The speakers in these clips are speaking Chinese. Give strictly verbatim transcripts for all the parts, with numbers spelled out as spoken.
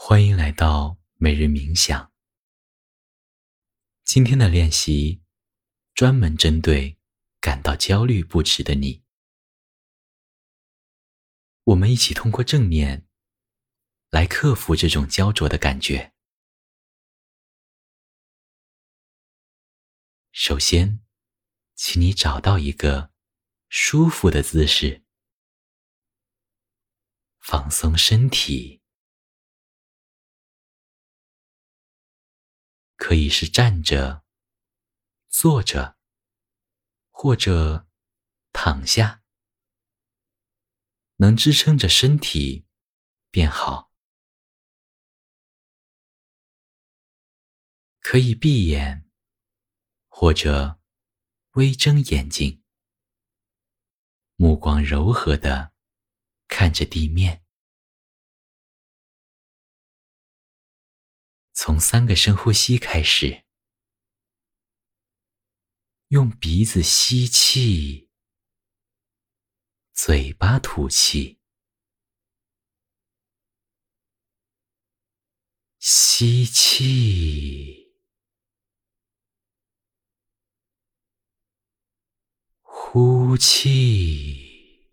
欢迎来到每日冥想。今天的练习专门针对感到焦虑不止的你。我们一起通过正念来克服这种焦灼的感觉。首先，请你找到一个舒服的姿势，放松身体，可以是站着、坐着，或者躺下，能支撑着身体便好。可以闭眼，或者微睁眼睛，目光柔和地看着地面。从三个深呼吸开始，用鼻子吸气，嘴巴吐气。吸气，呼气，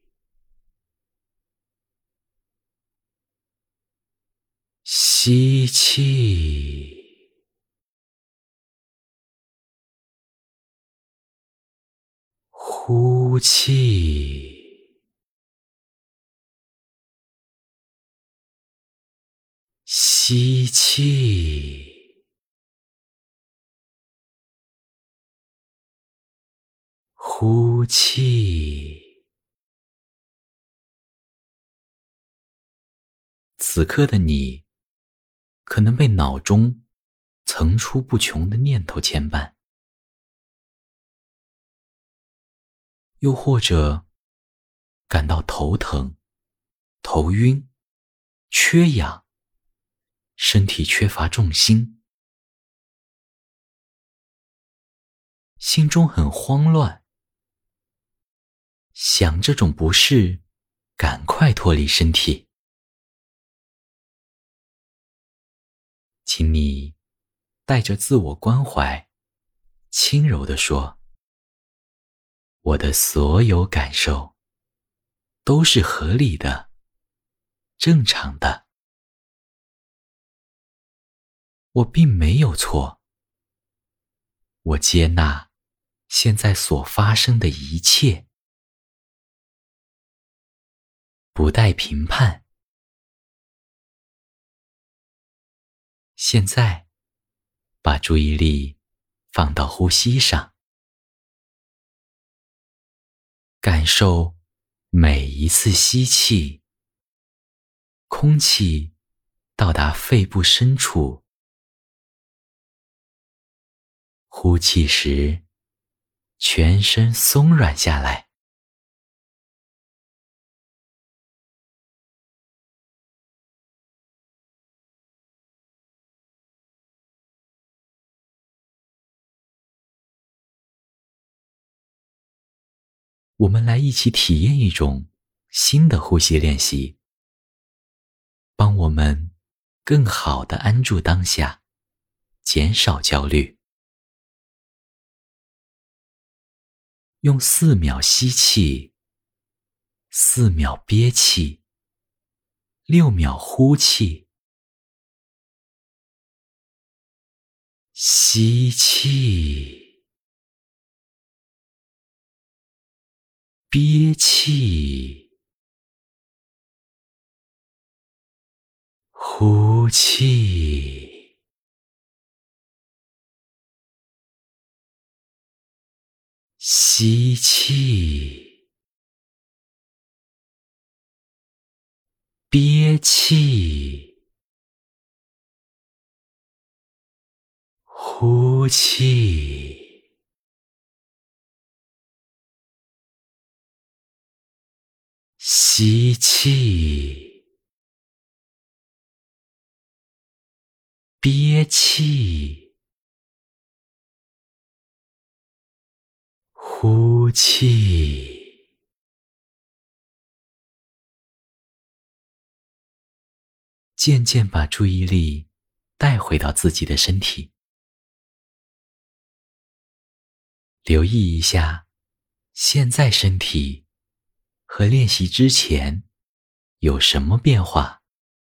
吸气，呼气，吸气，呼气。此刻的你，可能被脑中层出不穷的念头牵绊，又或者感到头疼、头晕、缺氧，身体缺乏重心，心中很慌乱，想这种不适赶快脱离身体。请你带着自我关怀，轻柔地说：我的所有感受都是合理的、正常的。我并没有错。我接纳现在所发生的一切，不带评判。现在，把注意力放到呼吸上，感受每一次吸气，空气到达肺部深处，呼气时，全身松软下来。我们来一起体验一种新的呼吸练习，帮我们更好地安住当下，减少焦虑。用四秒吸气，四秒憋气，六秒呼气。吸气，憋气，呼气。吸气，憋气，呼气。吸气，憋气，呼气。 渐渐把注意力带回到自己的身体，留意一下现在身体和练习之前有什么变化。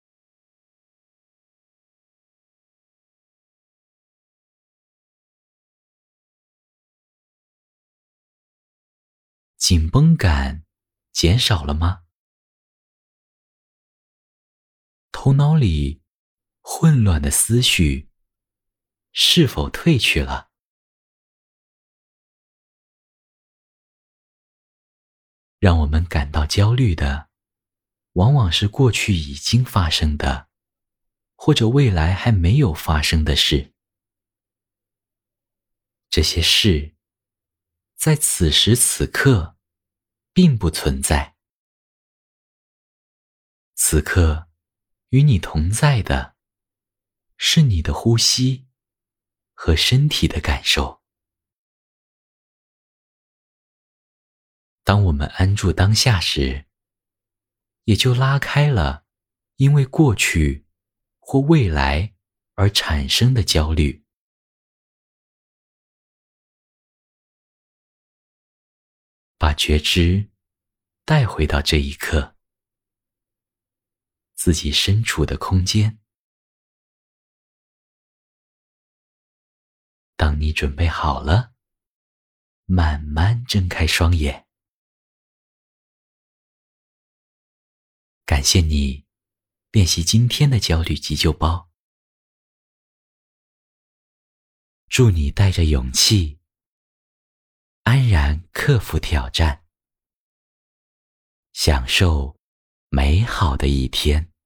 紧绷感减少了吗？头脑里混乱的思绪是否退去了？让我们感到焦虑的，往往是过去已经发生的，或者未来还没有发生的事。这些事，在此时此刻，并不存在。此刻，与你同在的，是你的呼吸和身体的感受。当我们安住当下时，也就拉开了因为过去或未来而产生的焦虑。把觉知带回到这一刻，自己身处的空间。当你准备好了，慢慢睁开双眼。感谢你练习今天的焦虑急救包。祝你带着勇气，安然克服挑战，享受美好的一天。